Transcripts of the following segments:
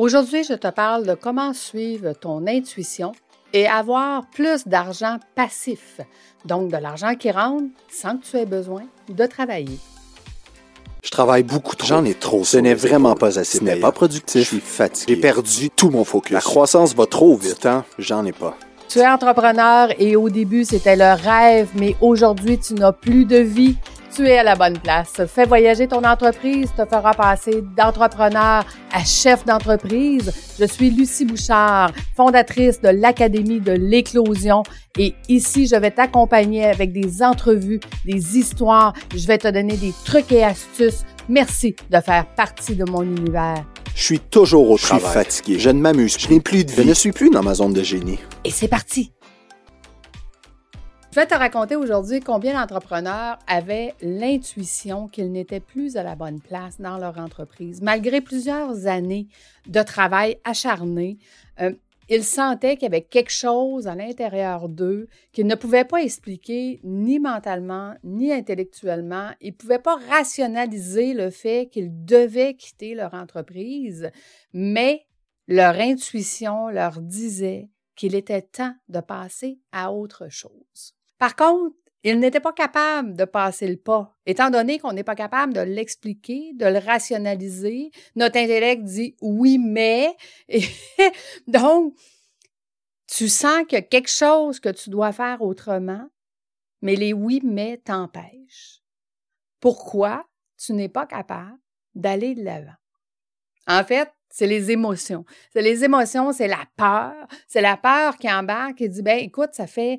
Aujourd'hui, je te parle de comment suivre ton intuition et avoir plus d'argent passif, donc de l'argent qui rentre sans que tu aies besoin de travailler. Je travaille beaucoup trop. J'en ai trop. Ce n'est vraiment pas assez. Ce n'est pas productif. Je suis fatigué. J'ai perdu tout mon focus. La croissance va trop vite. Du temps, J'en ai pas. Tu es entrepreneur et au début, c'était le rêve, mais aujourd'hui, tu n'as plus de vie. Tu es à la bonne place. Fais voyager ton entreprise, te fera passer d'entrepreneur à chef d'entreprise. Je suis Lucie Bouchard, fondatrice de l'Académie de l'éclosion. Et ici, je vais t'accompagner avec des entrevues, des histoires. Je vais te donner des trucs et astuces. Merci de faire partie de mon univers. Je suis toujours au travail. Je suis fatigué. Je ne m'amuse. Je n'ai plus de vie. Je ne suis plus dans ma zone de génie. Et c'est parti! Je vais te raconter aujourd'hui combien d'entrepreneurs avaient l'intuition qu'ils n'étaient plus à la bonne place dans leur entreprise. Malgré plusieurs années de travail acharné, ils sentaient qu'il y avait quelque chose à l'intérieur d'eux qu'ils ne pouvaient pas expliquer ni mentalement, ni intellectuellement. Ils ne pouvaient pas rationaliser le fait qu'ils devaient quitter leur entreprise, mais leur intuition leur disait qu'il était temps de passer à autre chose. Par contre, ils n'étaient pas capables de passer le pas. Étant donné qu'on n'est pas capable de l'expliquer, de le rationaliser, notre intellect dit « oui, mais… » Donc, tu sens qu'il y a quelque chose que tu dois faire autrement, mais les « oui, mais » t'empêchent. Pourquoi tu n'es pas capable d'aller de l'avant? En fait, c'est les émotions. C'est les émotions, c'est la peur. C'est la peur qui embarque et dit, écoute, ça fait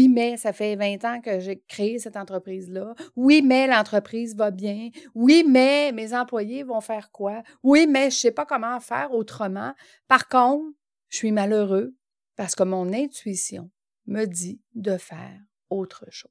20 ans que j'ai créé cette entreprise-là. Oui, mais l'entreprise va bien. Oui, mais mes employés vont faire quoi? Oui, mais je sais pas comment faire autrement. Par contre, je suis malheureux parce que mon intuition me dit de faire autre chose.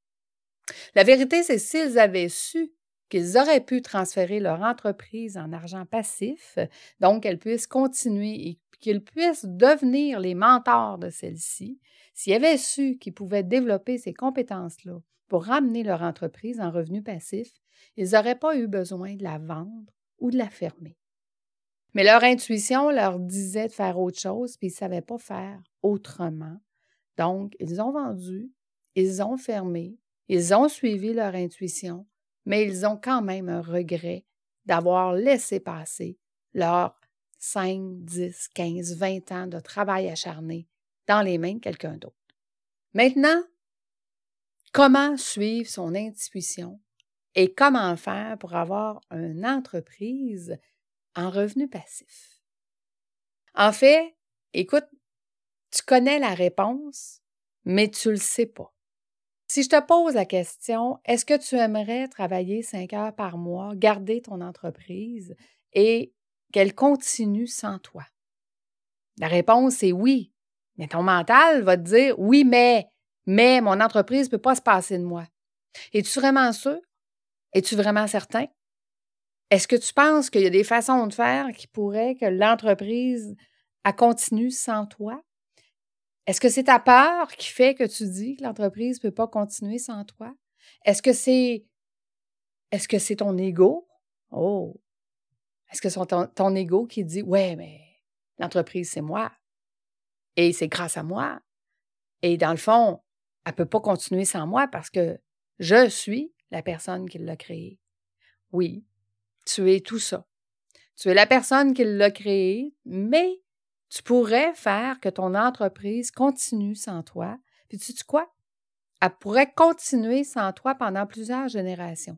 La vérité, c'est s'ils avaient su qu'ils auraient pu transférer leur entreprise en argent passif, donc qu'elle puisse continuer et qu'ils puissent devenir les mentors de celle-ci, s'ils avaient su qu'ils pouvaient développer ces compétences-là pour ramener leur entreprise en revenu passif, ils n'auraient pas eu besoin de la vendre ou de la fermer. Mais leur intuition leur disait de faire autre chose, puis ils ne savaient pas faire autrement. Donc, ils ont vendu, ils ont fermé, ils ont suivi leur intuition, mais ils ont quand même un regret d'avoir laissé passer leurs 5, 10, 15, 20 ans de travail acharné dans les mains de quelqu'un d'autre. Maintenant, comment suivre son intuition et comment faire pour avoir une entreprise en revenu passif? En fait, écoute, tu connais la réponse, mais tu ne le sais pas. Si je te pose la question, est-ce que tu aimerais travailler 5 heures par mois, garder ton entreprise et qu'elle continue sans toi? La réponse est oui, mais ton mental va te dire oui, mais mon entreprise ne peut pas se passer de moi. Es-tu vraiment sûr? Es-tu vraiment certain? Est-ce que tu penses qu'il y a des façons de faire qui pourraient que l'entreprise continue sans toi? Est-ce que c'est ta peur qui fait que tu dis que l'entreprise ne peut pas continuer sans toi? Est-ce que c'est ton ego? Oh! Est-ce que c'est ton ego qui dit « Ouais, mais l'entreprise, c'est moi. Et c'est grâce à moi. Et dans le fond, elle ne peut pas continuer sans moi parce que je suis la personne qui l'a créée. » Oui, tu es tout ça. Tu es la personne qui l'a créée, mais tu pourrais faire que ton entreprise continue sans toi. Puis tu sais quoi? Elle pourrait continuer sans toi pendant plusieurs générations.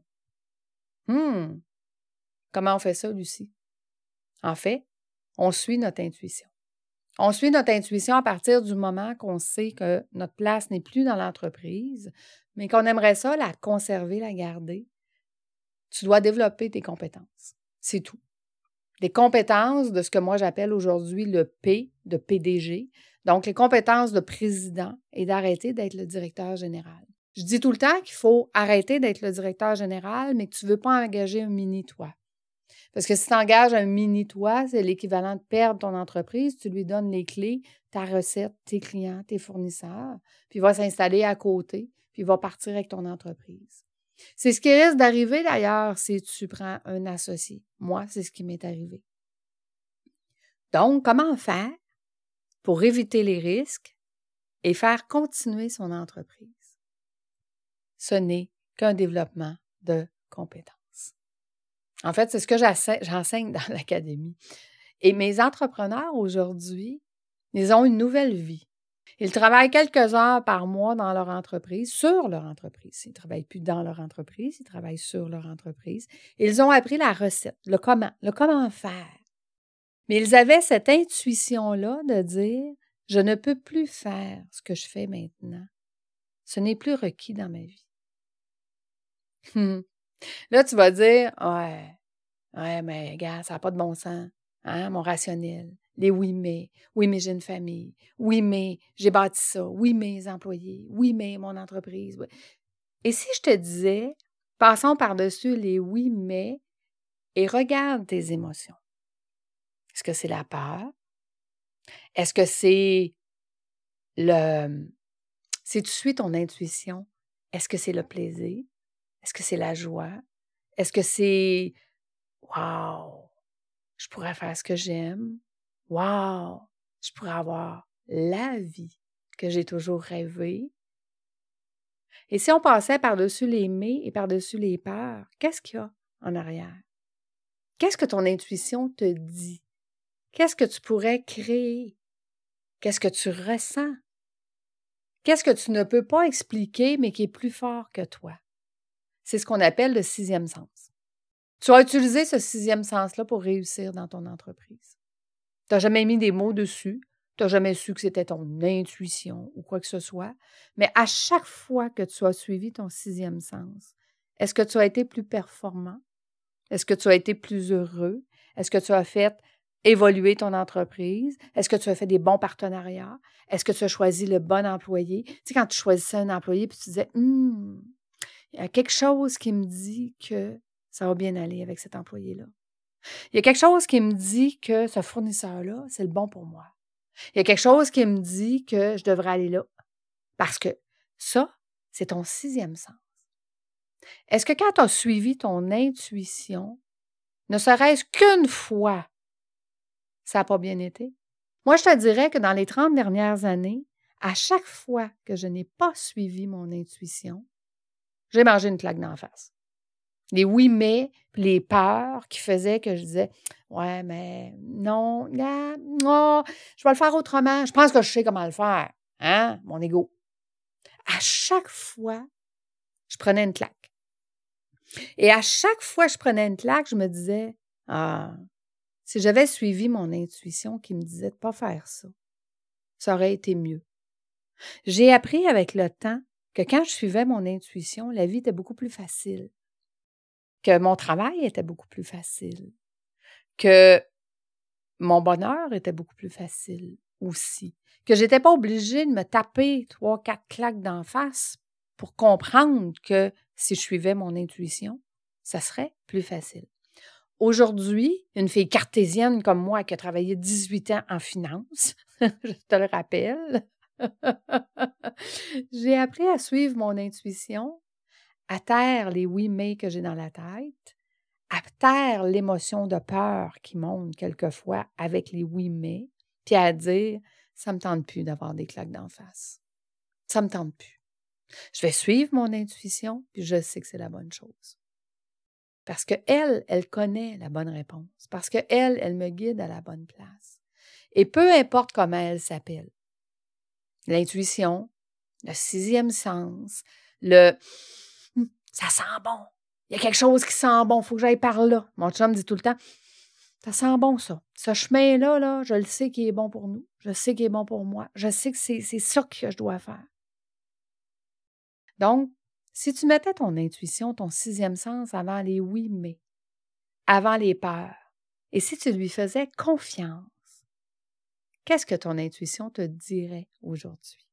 Comment on fait ça, Lucie? En fait, on suit notre intuition. On suit notre intuition à partir du moment qu'on sait que notre place n'est plus dans l'entreprise, mais qu'on aimerait ça, la conserver, la garder. Tu dois développer tes compétences. C'est tout. Des compétences de ce que moi j'appelle aujourd'hui le P de PDG, donc les compétences de président et d'arrêter d'être le directeur général. Je dis tout le temps qu'il faut arrêter d'être le directeur général, mais que tu ne veux pas engager un mini-toi. Parce que si tu engages un mini-toi, c'est l'équivalent de perdre ton entreprise, tu lui donnes les clés, ta recette, tes clients, tes fournisseurs, puis il va s'installer à côté, puis il va partir avec ton entreprise. C'est ce qui risque d'arriver d'ailleurs si tu prends un associé. Moi, c'est ce qui m'est arrivé. Donc, comment faire pour éviter les risques et faire continuer son entreprise? Ce n'est qu'un développement de compétences. En fait, c'est ce que j'enseigne dans l'académie. Et mes entrepreneurs aujourd'hui, ils ont une nouvelle vie. Ils travaillent quelques heures par mois dans leur entreprise, sur leur entreprise. Ils ne travaillent plus dans leur entreprise, ils travaillent sur leur entreprise. Ils ont appris la recette, le comment faire. Mais ils avaient cette intuition-là de dire, je ne peux plus faire ce que je fais maintenant. Ce n'est plus requis dans ma vie. Là, tu vas dire, ouais, mais gars, ça n'a pas de bon sens. Hein, mon rationnel. Les oui, mais j'ai une famille. Oui, mais j'ai bâti ça. Oui, mes employés. Oui, mais mon entreprise. Oui. Et si je te disais, passons par-dessus les oui, mais et regarde tes émotions. Est-ce que c'est la peur? Est-ce que c'est si tu suis ton intuition, est-ce que c'est le plaisir? Est-ce que c'est la joie? Est-ce que c'est wow, je pourrais faire ce que j'aime? Wow, je pourrais avoir la vie que j'ai toujours rêvé. Et si on passait par-dessus les mais et par-dessus les peurs, qu'est-ce qu'il y a en arrière? Qu'est-ce que ton intuition te dit? Qu'est-ce que tu pourrais créer? Qu'est-ce que tu ressens? Qu'est-ce que tu ne peux pas expliquer, mais qui est plus fort que toi? C'est ce qu'on appelle le 6e sens. Tu as utilisé ce 6e sens-là pour réussir dans ton entreprise. Tu n'as jamais mis des mots dessus. Tu n'as jamais su que c'était ton intuition ou quoi que ce soit. Mais à chaque fois que tu as suivi ton 6e sens, est-ce que tu as été plus performant? Est-ce que tu as été plus heureux? Est-ce que tu as fait évoluer ton entreprise? Est-ce que tu as fait des bons partenariats? Est-ce que tu as choisi le bon employé? Tu sais, quand tu choisissais un employé puis tu disais, il y a quelque chose qui me dit que ça va bien aller avec cet employé-là. Il y a quelque chose qui me dit que ce fournisseur-là, c'est le bon pour moi. Il y a quelque chose qui me dit que je devrais aller là. Parce que ça, c'est ton 6e sens. Est-ce que quand tu as suivi ton intuition, ne serait-ce qu'une fois, ça n'a pas bien été? Moi, je te dirais que dans les 30 dernières années, à chaque fois que je n'ai pas suivi mon intuition, j'ai mangé une claque d'en face. Les oui, mais, les peurs qui faisaient que je disais, ouais, mais non, non, je vais le faire autrement. Je pense que je sais comment le faire. Hein, mon ego. À chaque fois, je prenais une claque. Et à chaque fois que je prenais une claque, je me disais, si j'avais suivi mon intuition qui me disait de ne pas faire ça, ça aurait été mieux. J'ai appris avec le temps que quand je suivais mon intuition, la vie était beaucoup plus facile, que mon travail était beaucoup plus facile, que mon bonheur était beaucoup plus facile aussi, que je n'étais pas obligée de me taper 3-4 claques d'en face pour comprendre que si je suivais mon intuition, ça serait plus facile. Aujourd'hui, une fille cartésienne comme moi qui a travaillé 18 ans en finance, je te le rappelle, j'ai appris à suivre mon intuition, à taire les oui mais que j'ai dans la tête, à taire l'émotion de peur qui monte quelquefois avec les oui mais, puis à dire ça me tente plus d'avoir des claques d'en face. Ça me tente plus. Je vais suivre mon intuition, puis je sais que c'est la bonne chose. Parce qu'elle, elle connaît la bonne réponse. Parce qu'elle, elle me guide à la bonne place. Et peu importe comment elle s'appelle, l'intuition, le 6e sens, ça sent bon. Il y a quelque chose qui sent bon, il faut que j'aille par là. Mon chum dit tout le temps, ça sent bon ça. Ce chemin-là, je le sais qu'il est bon pour nous. Je sais qu'il est bon pour moi. Je sais que c'est ça que je dois faire. Donc, si tu mettais ton intuition, ton 6e sens avant les oui, mais, avant les peurs, et si tu lui faisais confiance, qu'est-ce que ton intuition te dirait aujourd'hui?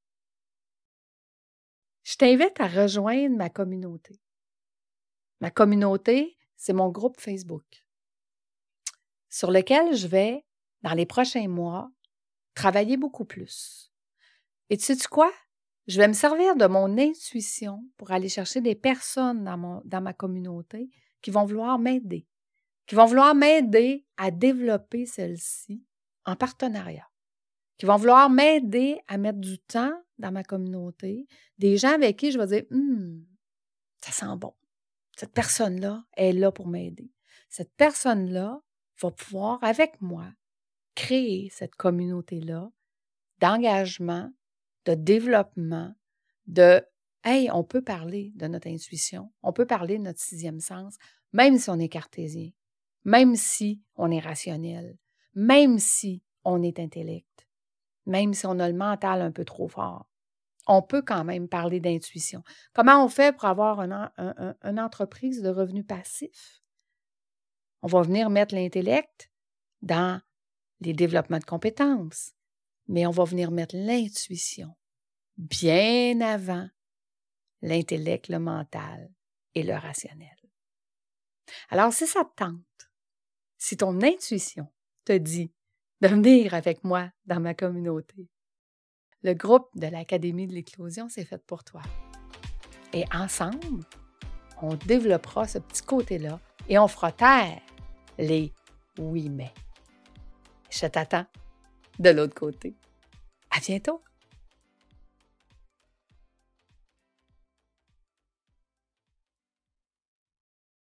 Je t'invite à rejoindre ma communauté. Ma communauté, c'est mon groupe Facebook, sur lequel je vais, dans les prochains mois, travailler beaucoup plus. Et tu sais quoi? Je vais me servir de mon intuition pour aller chercher des personnes dans ma communauté qui vont vouloir m'aider à développer celle-ci en partenariat, qui vont vouloir m'aider à mettre du temps dans ma communauté, des gens avec qui je vais dire « ça sent bon, cette personne-là est là pour m'aider. Cette personne-là va pouvoir, avec moi, créer cette communauté-là d'engagement, de développement, de « hey, on peut parler de notre intuition, on peut parler de notre sixième sens, même si on est cartésien, même si on est rationnel, même si on est intellect, même si on a le mental un peu trop fort. On peut quand même parler d'intuition. Comment on fait pour avoir une entreprise de revenus passifs? On va venir mettre l'intellect dans les développements de compétences, mais on va venir mettre l'intuition bien avant l'intellect, le mental et le rationnel. Alors, si ça te tente, si ton intuition te dit de venir avec moi dans ma communauté, le groupe de l'Académie de l'Éclosion, c'est fait pour toi. Et ensemble, on développera ce petit côté-là et on fera taire les « oui, mais ». Je t'attends de l'autre côté. À bientôt!